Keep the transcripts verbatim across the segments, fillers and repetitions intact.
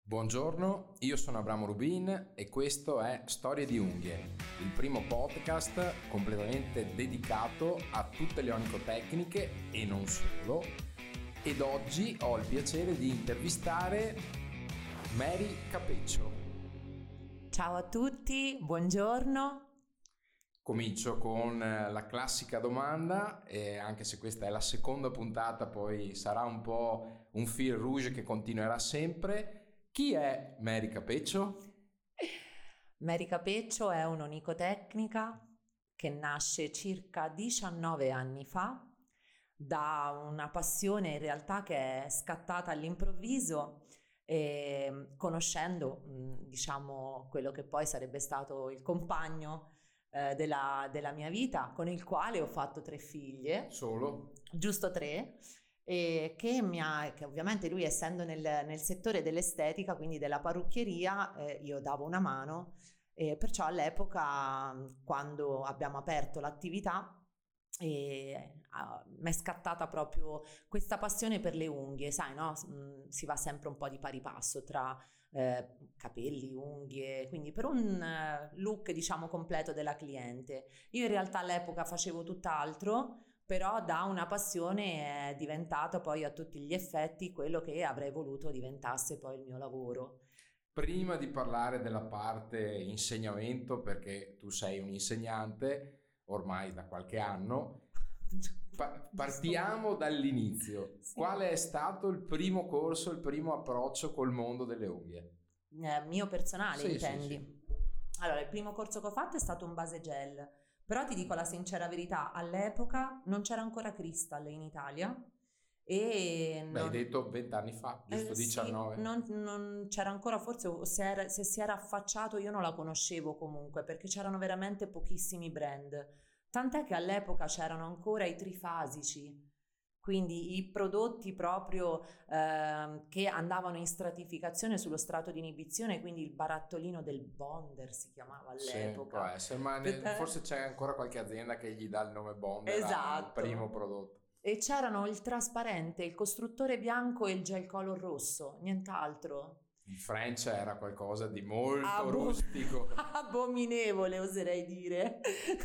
Buongiorno, io sono Abramo Rubin e questo è Storie di Unghie, il primo podcast completamente dedicato a tutte le onicotecniche e non solo. Ed oggi ho il piacere di intervistare Mary Capeccio. Ciao a tutti, buongiorno. Comincio con la classica domanda, e anche se questa è la seconda puntata, poi sarà un po' un fil rouge che continuerà sempre. Chi è Mary Capeccio? Mary Capeccio è un'onicotecnica che nasce circa diciannove anni fa da una passione in realtà che è scattata all'improvviso, e conoscendo diciamo quello che poi sarebbe stato il compagno eh, della, della mia vita, con il quale ho fatto tre figlie. Solo? Giusto tre. E che, mi ha, che ovviamente lui, essendo nel, nel settore dell'estetica, quindi della parrucchieria, eh, io davo una mano, e perciò all'epoca, quando abbiamo aperto l'attività, e uh, mi è scattata proprio questa passione per le unghie, sai, no? Mm, si va sempre un po' di pari passo tra eh, capelli, unghie, quindi per un uh, look diciamo completo della cliente. Io in realtà all'epoca facevo tutt'altro, però da una passione è diventato poi a tutti gli effetti quello che avrei voluto diventasse poi il mio lavoro. Prima di parlare della parte insegnamento, perché tu sei un insegnante ormai da qualche anno, pa- partiamo dall'inizio. Sì. Qual è stato il primo corso, il primo approccio col mondo delle unghie? Eh, mio personale, Sì, intendi? sì, sì. Allora, il primo corso che ho fatto è stato un base gel, però ti dico la sincera verità, all'epoca non c'era ancora Crystal in Italia e Beh, hai non, detto vent'anni fa, giusto? eh, sì, diciannove? non, non c'era ancora, forse o se, era- se si era affacciato io non la conoscevo comunque, perché c'erano veramente pochissimi brand, tant'è che all'epoca c'erano ancora i trifasici. Quindi i prodotti proprio ehm, che andavano in stratificazione sullo strato di inibizione, quindi il barattolino del Bonder si chiamava Sì, può all'epoca. essere, ma ne- forse c'è ancora qualche azienda che gli dà il nome Bonder al Esatto. primo prodotto. E c'erano il trasparente, il costruttore bianco e il gel color rosso, nient'altro. Il French era qualcosa di molto Abo- rustico. abominevole, oserei dire.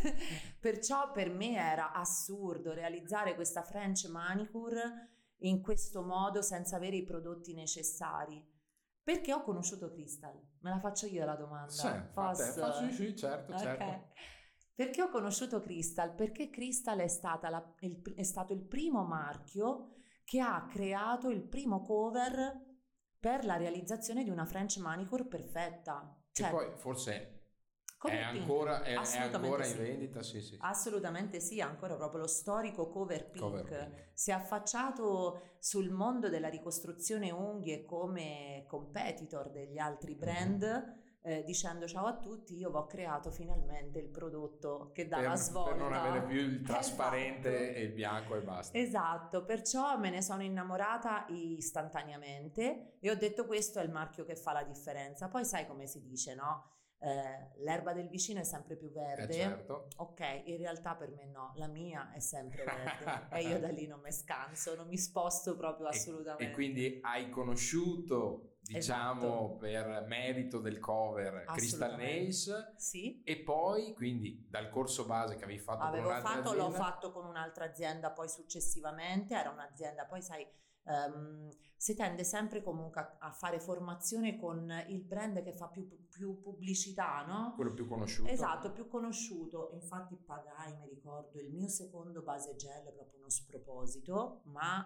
Perciò per me era assurdo realizzare questa French manicure in questo modo senza avere i prodotti necessari. Perché ho conosciuto Crystal? Me la faccio io la domanda. Sì, fa te, fa, sì, sì, certo, Ok. certo. Perché ho conosciuto Crystal? Perché Crystal è, stata la- il, è stato il primo marchio che ha creato il primo cover per la realizzazione di una French manicure perfetta. E Cioè, poi forse è cover pink, ancora, è, è assolutamente ancora in sì. vendita, sì, sì. Assolutamente sì, ancora proprio lo storico cover pink. Cover pink. Si è affacciato sul mondo della ricostruzione unghie come competitor degli altri brand, Mhm. eh, dicendo ciao a tutti, io ho creato finalmente il prodotto che dà la Per, svolta. per non avere più il trasparente Esatto. e il bianco e basta. Esatto, perciò me ne sono innamorata istantaneamente e ho detto questo è il marchio che fa la differenza. Poi sai come si dice, no? Eh, l'erba del vicino è sempre più verde. Eh, certo. Ok, in realtà per me no, la mia è sempre verde e io da lì non mi scanso, non mi sposto proprio assolutamente. E, e quindi hai conosciuto, diciamo, Esatto. per merito del cover Crystal Nails, sì. E poi, quindi, dal corso base che avevi fatto Avevo con un'altra fatto, azienda... l'ho fatto con un'altra azienda poi successivamente, era un'azienda, poi sai, um, si tende sempre comunque a, a fare formazione con il brand che fa più, più pubblicità, no? Quello più conosciuto. Esatto, più conosciuto. Infatti pagai, mi ricordo, il mio secondo base gel, proprio uno sproposito, ma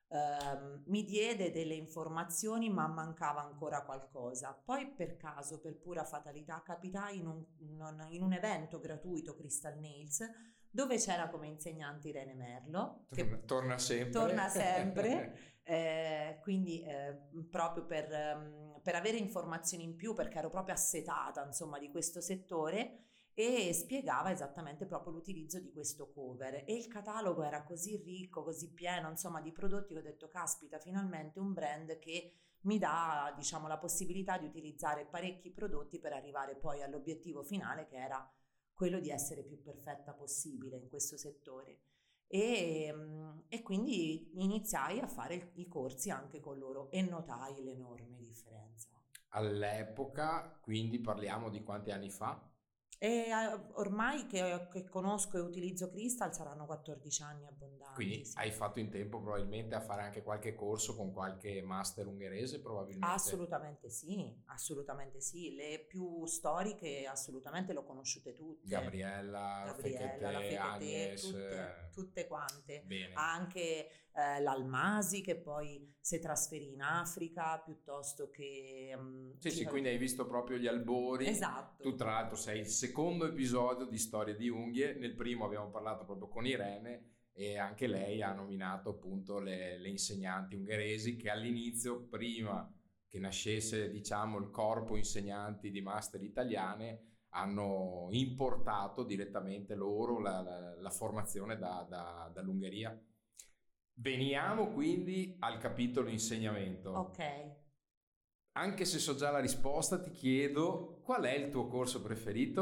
Um, mi diede delle informazioni ma mancava ancora qualcosa. Poi per caso, per pura fatalità, capitai in un, in un evento gratuito Crystal Nails dove c'era come insegnante Irene Merlo, che torna, torna sempre, torna sempre eh, quindi eh, proprio per, um, per avere informazioni in più, perché ero proprio assetata insomma di questo settore, e spiegava esattamente proprio l'utilizzo di questo cover e il catalogo era così ricco, così pieno insomma di prodotti che ho detto caspita, finalmente un brand che mi dà diciamo la possibilità di utilizzare parecchi prodotti per arrivare poi all'obiettivo finale, che era quello di essere più perfetta possibile in questo settore. E, e quindi iniziai a fare i corsi anche con loro e notai l'enorme differenza. All'epoca, quindi parliamo di quanti anni fa? E eh, ormai che, che conosco e utilizzo Crystal saranno quattordici anni abbondanti. Quindi Sì. hai fatto in tempo probabilmente a fare anche qualche corso con qualche master ungherese, probabilmente. Assolutamente sì, assolutamente sì. Le più storiche assolutamente le ho conosciute tutte. Gabriella, Gabriella, la Fekete, Fekete, Agnes. tutte, eh, tutte quante. Bene. Anche eh, l'Almasi che poi si trasferì in Africa piuttosto che... mm, Sì, ci sì, fa- quindi hai visto proprio gli albori. Esatto. Tu tra l'altro sei il secondo episodio di Storie di Unghie, nel primo abbiamo parlato proprio con Irene e anche lei ha nominato appunto le, le insegnanti ungheresi che all'inizio, prima che nascesse diciamo il corpo insegnanti di master italiane, hanno importato direttamente loro la, la, la formazione da, da, dall'Ungheria. Veniamo quindi al capitolo insegnamento. Ok. Anche se so già la risposta, ti chiedo qual è il tuo corso preferito?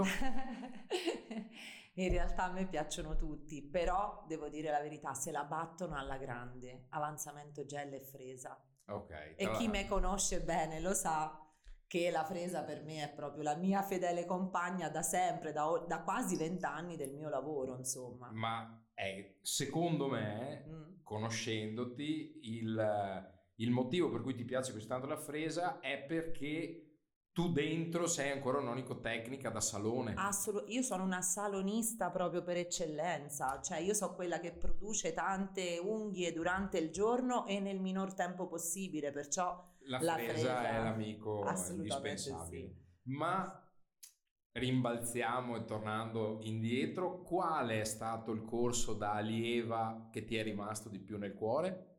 In realtà a me piacciono tutti, però devo dire la verità, se la battono alla grande, avanzamento gel e fresa. Ok. E chi me conosce bene lo sa che la fresa per me è proprio la mia fedele compagna da sempre, da, da quasi vent'anni del mio lavoro, insomma. Ma è, secondo me, Mm. conoscendoti, il, il motivo per cui ti piace così tanto la fresa è perché tu dentro sei ancora un'onicotecnica da salone. Assolut- io sono una salonista proprio per eccellenza, cioè io so quella che produce tante unghie durante il giorno e nel minor tempo possibile, perciò La la fresa, fresa è l'amico assolutamente indispensabile. sì. Ma rimbalziamo e tornando indietro, qual è stato il corso da allieva che ti è rimasto di più nel cuore?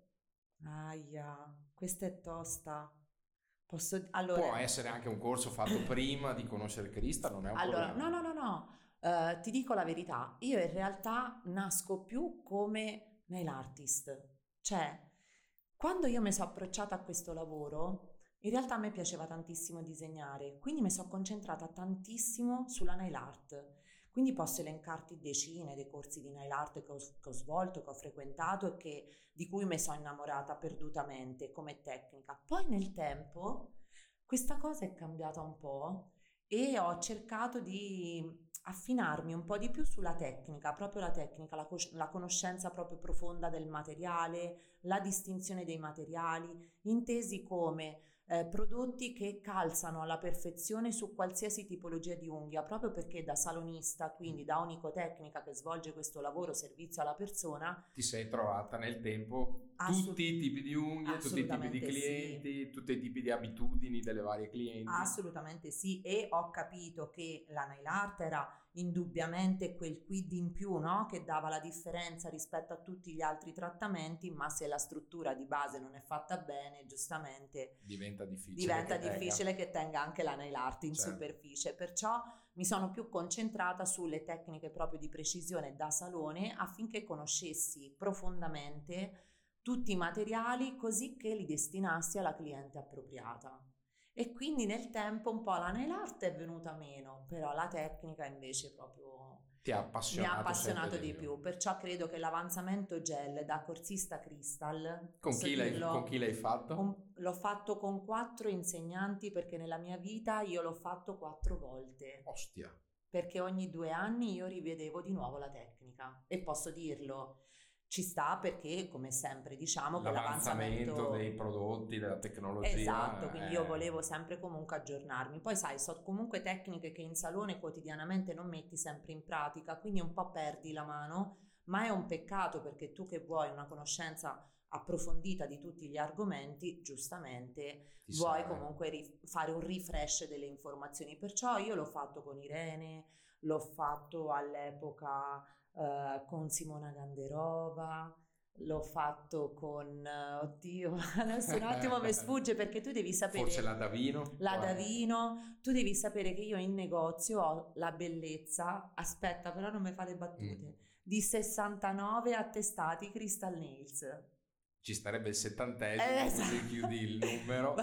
Aia, questa è tosta. Posso... Allora, Può essere anche un corso fatto prima di conoscere Crystal, non è un allora, problema. no, no, no, no, eh, ti dico la verità, io in realtà nasco più come nail artist, cioè quando io mi sono approcciata a questo lavoro, in realtà a me piaceva tantissimo disegnare, quindi mi sono concentrata tantissimo sulla nail art. Quindi posso elencarti decine dei corsi di nail art che ho, che ho svolto, che ho frequentato e che, di cui mi sono innamorata perdutamente come tecnica. Poi nel tempo questa cosa è cambiata un po' e ho cercato di affinarmi un po' di più sulla tecnica, proprio la tecnica, la, cos- la conoscenza proprio profonda del materiale, la distinzione dei materiali, intesi come eh, prodotti che calzano alla perfezione su qualsiasi tipologia di unghia, proprio perché da salonista, quindi da onicotecnica che svolge questo lavoro servizio alla persona, Ti sei trovata nel tempo Assolut- tutti i tipi di unghie, tutti i tipi di assolutamente clienti, sì. tutti i tipi di abitudini delle varie clienti. Assolutamente sì, e ho capito che la nail art era indubbiamente quel quid in più, no? Che dava la differenza rispetto a tutti gli altri trattamenti, ma se la struttura di base non è fatta bene, giustamente Diventa difficile. diventa che difficile tenga. che tenga anche la nail art in Certo. superficie. Perciò mi sono più concentrata sulle tecniche proprio di precisione da salone affinché conoscessi profondamente tutti i materiali così che li destinassi alla cliente appropriata. E quindi nel tempo un po' la nail art è venuta meno, però la tecnica invece proprio Ti ha mi appassionato, ha appassionato sempre di più. Perciò credo che l'avanzamento gel da corsista Crystal, Con posso chi, l'hai, dirlo, con chi l'hai fatto? un- l'ho fatto con quattro insegnanti perché nella mia vita io l'ho fatto quattro volte. Ostia. Perché ogni due anni io rivedevo di nuovo la tecnica e posso dirlo, ci sta perché come sempre diciamo che L'avanzamento l'avanzamento dei prodotti, della tecnologia. esatto, quindi io è- volevo sempre comunque aggiornarmi. Poi sai, so comunque tecniche che in salone quotidianamente non metti sempre in pratica, quindi un po' perdi la mano, ma è un peccato perché tu che vuoi una conoscenza approfondita di tutti gli argomenti, giustamente Ti vuoi serve. comunque ri- fare un refresh delle informazioni. Perciò io l'ho fatto con Irene, l'ho fatto all'epoca eh, con Simona Ganderova, l'ho fatto con, eh, oddio, adesso un attimo mi sfugge perché tu devi sapere... Forse la Davino? La Guarda. Davino, tu devi sapere che io in negozio ho la bellezza, aspetta però non mi fa le battute, Mm. di sessantanove attestati Crystal Nails. Ci starebbe il settantesimo, Eh, così esatto. chiudi il numero.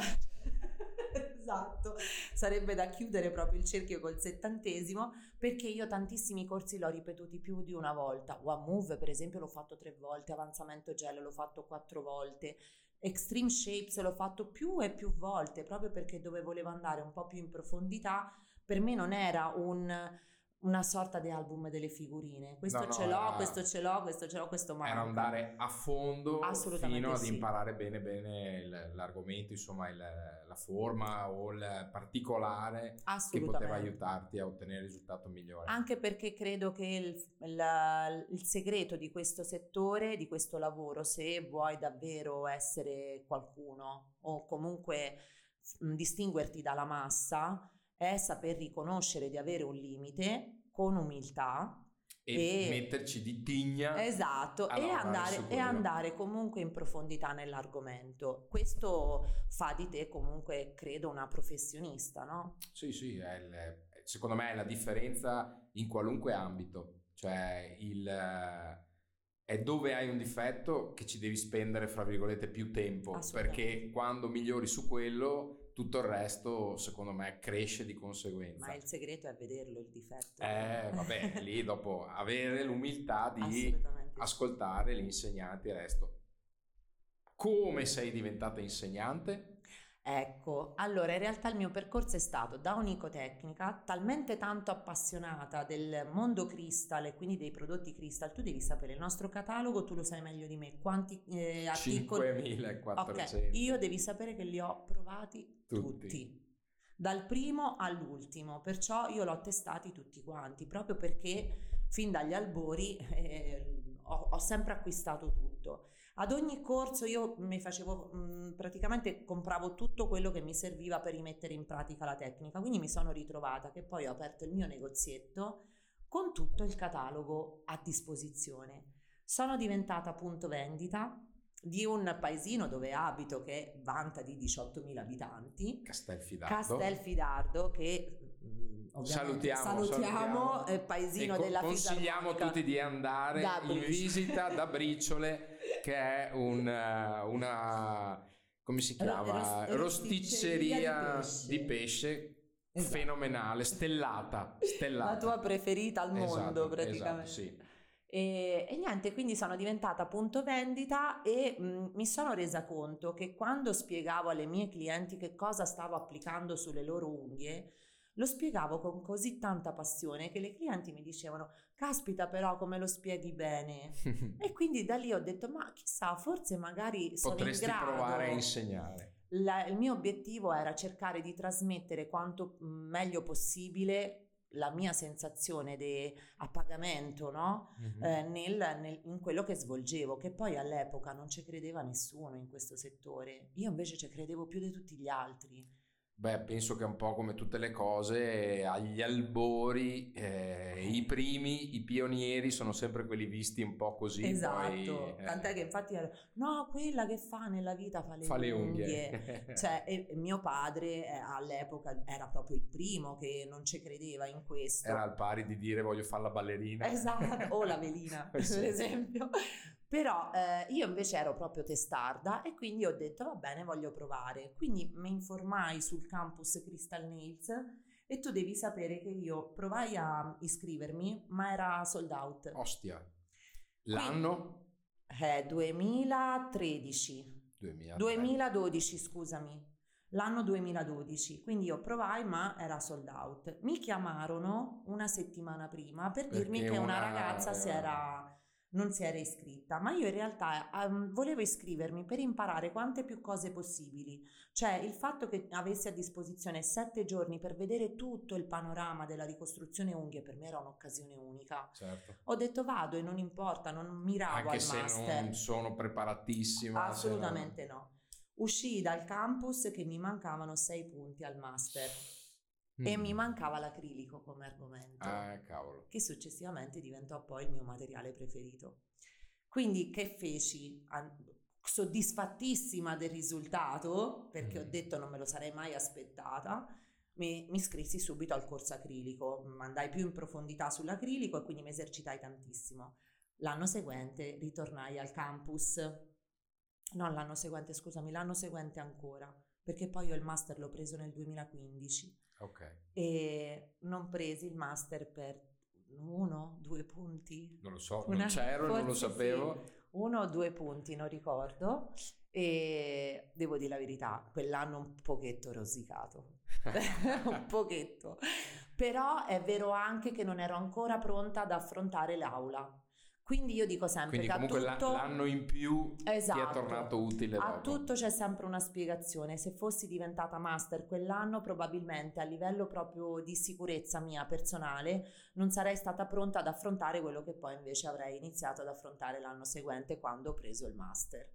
Esatto, sarebbe da chiudere proprio il cerchio col settantesimo perché io tantissimi corsi l'ho ripetuti più di una volta. One Move per esempio l'ho fatto tre volte, avanzamento gel l'ho fatto quattro volte, Extreme Shapes l'ho fatto più e più volte, proprio perché dove volevo andare un po' più in profondità, per me non era un... una sorta di album delle figurine, questo No, no, ce l'ho, era- questo ce l'ho, questo ce l'ho, questo manca. Era andare a fondo Assolutamente fino ad sì. imparare bene bene il- l'argomento, insomma il- la forma o il particolare che Assolutamente. poteva aiutarti a ottenere il risultato migliore. Anche perché credo che il, la- il segreto di questo settore, di questo lavoro, se vuoi davvero essere qualcuno o comunque mh, distinguerti dalla massa, è saper riconoscere di avere un limite con umiltà E, e metterci di tigna. esatto, a e lavorare su andare, e quello. andare comunque in profondità nell'argomento. Questo fa di te comunque, credo, una professionista, no? Sì, sì, è il- secondo me è la differenza in qualunque ambito, cioè il, eh, è dove hai un difetto che ci devi spendere, fra virgolette, più tempo, Assolutamente. perché quando migliori su quello, tutto il resto, secondo me, cresce di conseguenza. Ma il segreto è vederlo il difetto. Eh, vabbè, lì dopo avere l'umiltà di Assolutamente sì. ascoltare gli insegnanti e il resto. Come sei diventata insegnante? Ecco, allora in realtà il mio percorso è stato da onicotecnica, talmente tanto appassionata del mondo Crystal e quindi dei prodotti Crystal. Tu devi sapere, il nostro catalogo, tu lo sai meglio di me, quanti eh, articoli... cinquemilaquattrocento. Ok, io devi sapere che li ho provati Tutti. tutti, dal primo all'ultimo, perciò io l'ho testati tutti quanti, proprio perché fin dagli albori eh, ho, ho sempre acquistato tutto. Ad ogni corso io mi facevo mh, praticamente compravo tutto quello che mi serviva per rimettere in pratica la tecnica, quindi mi sono ritrovata che poi ho aperto il mio negozietto con tutto il catalogo a disposizione. Sono diventata punto vendita di un paesino dove abito che vanta di diciottomila abitanti, Castelfidardo. Castelfidardo, che mh, ovviamente Salutiamo, salutiamo, salutiamo. eh, paesino E co- della consigliamo a fisarmonica tutti di andare da in Briciole. visita da Briciole, che è un, eh, una, come si chiama? Ros- Rosticceria rosticceria di di pesce. pesce, Esatto. fenomenale, stellata, stellata. La tua preferita al mondo, Esatto, praticamente. esatto, sì. E, e niente, quindi sono diventata punto vendita e mh, mi sono resa conto che quando spiegavo alle mie clienti che cosa stavo applicando sulle loro unghie, lo spiegavo con così tanta passione che le clienti mi dicevano: caspita, però come lo spieghi bene. E quindi da lì ho detto: ma chissà, forse magari sono Potresti in grado. provare a insegnare. La- il mio obiettivo era cercare di trasmettere quanto mh, meglio possibile la mia sensazione di appagamento, no? Mhm. Eh, nel- nel- in quello che svolgevo, che poi all'epoca non ci credeva nessuno in questo settore. Io invece ci credevo più di tutti gli altri. Beh, penso che un po' come tutte le cose, agli albori, eh, i primi, i pionieri sono sempre quelli visti un po' così. Esatto, Poi, eh, tant'è che infatti ero, no, quella che fa nella vita fa le, fa le unghie. unghie. Cioè, e- e mio padre eh, all'epoca era proprio il primo che non ci credeva in questo. Era al pari di dire voglio fare la ballerina. Esatto, o la velina, Sì. per esempio. Però eh, io invece ero proprio testarda e quindi ho detto va bene, voglio provare. Quindi mi informai sul campus Crystal Nails e tu devi sapere che io provai a iscrivermi, ma era sold out. Ostia. L'anno? Eh, duemilatredici. duemila. duemiladodici, scusami. L'anno duemiladodici, quindi io provai ma era sold out. Mi chiamarono una settimana prima per Perché dirmi che una una- ragazza si era, non si era iscritta, ma io in realtà ehm, volevo iscrivermi per imparare quante più cose possibili, cioè il fatto che avessi a disposizione sette giorni per vedere tutto il panorama della ricostruzione unghie per me era un'occasione unica. Certo. Ho detto vado e non importa, non miravo Anche al se master. non sono preparatissima. Assolutamente no. Uscii dal campus che mi mancavano sei punti al master se no- e Mm. mi mancava l'acrilico come argomento, Ah, cavolo. che successivamente diventò poi il mio materiale preferito. Quindi che feci? An- soddisfattissima del risultato, perché Mm. ho detto non me lo sarei mai aspettata, mi, mi iscrissi subito al corso acrilico, andai più in profondità sull'acrilico e quindi mi esercitai tantissimo. L'anno seguente ritornai al campus, no l'anno seguente scusami, l'anno seguente ancora, perché poi io il master l'ho preso nel duemilaquindici Ok. e non presi il master per uno, due punti. Non lo so, Una- non c'ero, non lo forse sapevo. sì. uno o due punti, non ricordo, e devo dire la verità, quell'anno un pochetto rosicato, un pochetto, però è vero anche che non ero ancora pronta ad affrontare l'aula. Quindi io dico sempre Quindi che comunque a tutto l'anno in più esatto, ti è tornato utile a dopo. tutto c'è sempre una spiegazione. Se fossi diventata master quell'anno, probabilmente a livello proprio di sicurezza mia personale non sarei stata pronta ad affrontare quello che poi invece avrei iniziato ad affrontare l'anno seguente quando ho preso il master.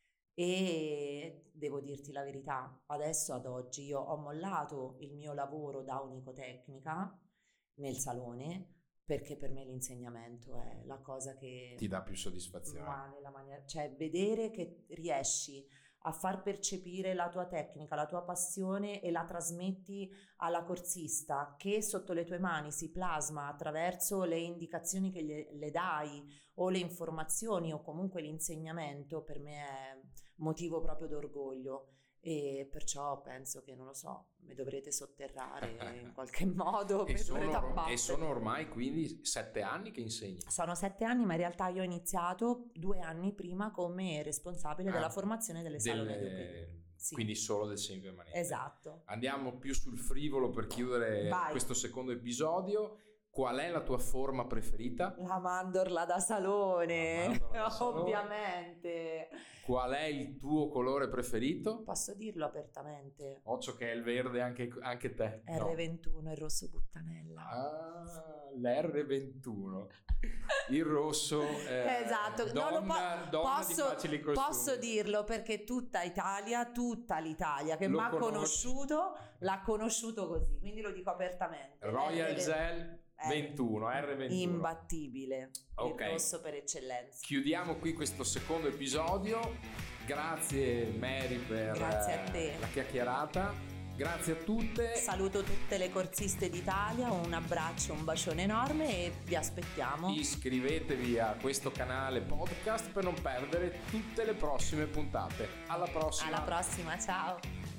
E devo dirti la verità, adesso ad oggi io ho mollato il mio lavoro da onicotecnica nel salone, perché per me l'insegnamento è la cosa che ti dà più soddisfazione. Ma nella maniera, cioè vedere che riesci a far percepire la tua tecnica, la tua passione e la trasmetti alla corsista, che sotto le tue mani si plasma attraverso le indicazioni che le, le dai o le informazioni o comunque l'insegnamento, per me è motivo proprio d'orgoglio. E perciò penso che, non lo so, mi dovrete sotterrare in qualche modo, e, mi sono, dovrete abbattere. E sono ormai quindi sette anni che insegni? Sono sette anni, ma in realtà io ho iniziato due anni prima come responsabile ah, della formazione delle sale delle... medio. Sì. Quindi solo del semipermanente. Esatto. Andiamo più sul frivolo per chiudere Vai. questo secondo episodio. Qual è la tua forma preferita? La mandorla da salone, la mandorla da salone. Ovviamente. Qual è il tuo colore preferito? Posso dirlo apertamente. Occhio che è il verde anche, anche te. erre ventuno, no. Il rosso puttanella. Ah, l'erre ventuno. Il rosso eh, esatto. donna, no, po- donna posso, di facili costumi. Posso dirlo perché tutta Italia, tutta l'Italia che mi ha conosciuto l'ha conosciuto così, quindi lo dico apertamente. Royal Gel ventuno, erre ventuno. Imbattibile. Okay. Il rosso per eccellenza. Chiudiamo qui questo secondo episodio. Grazie Mary per Grazie a te. la chiacchierata. Grazie a tutte. Saluto tutte le corsiste d'Italia, un abbraccio, un bacione enorme e vi aspettiamo. Iscrivetevi a questo canale podcast per non perdere tutte le prossime puntate. Alla prossima. Alla prossima, ciao.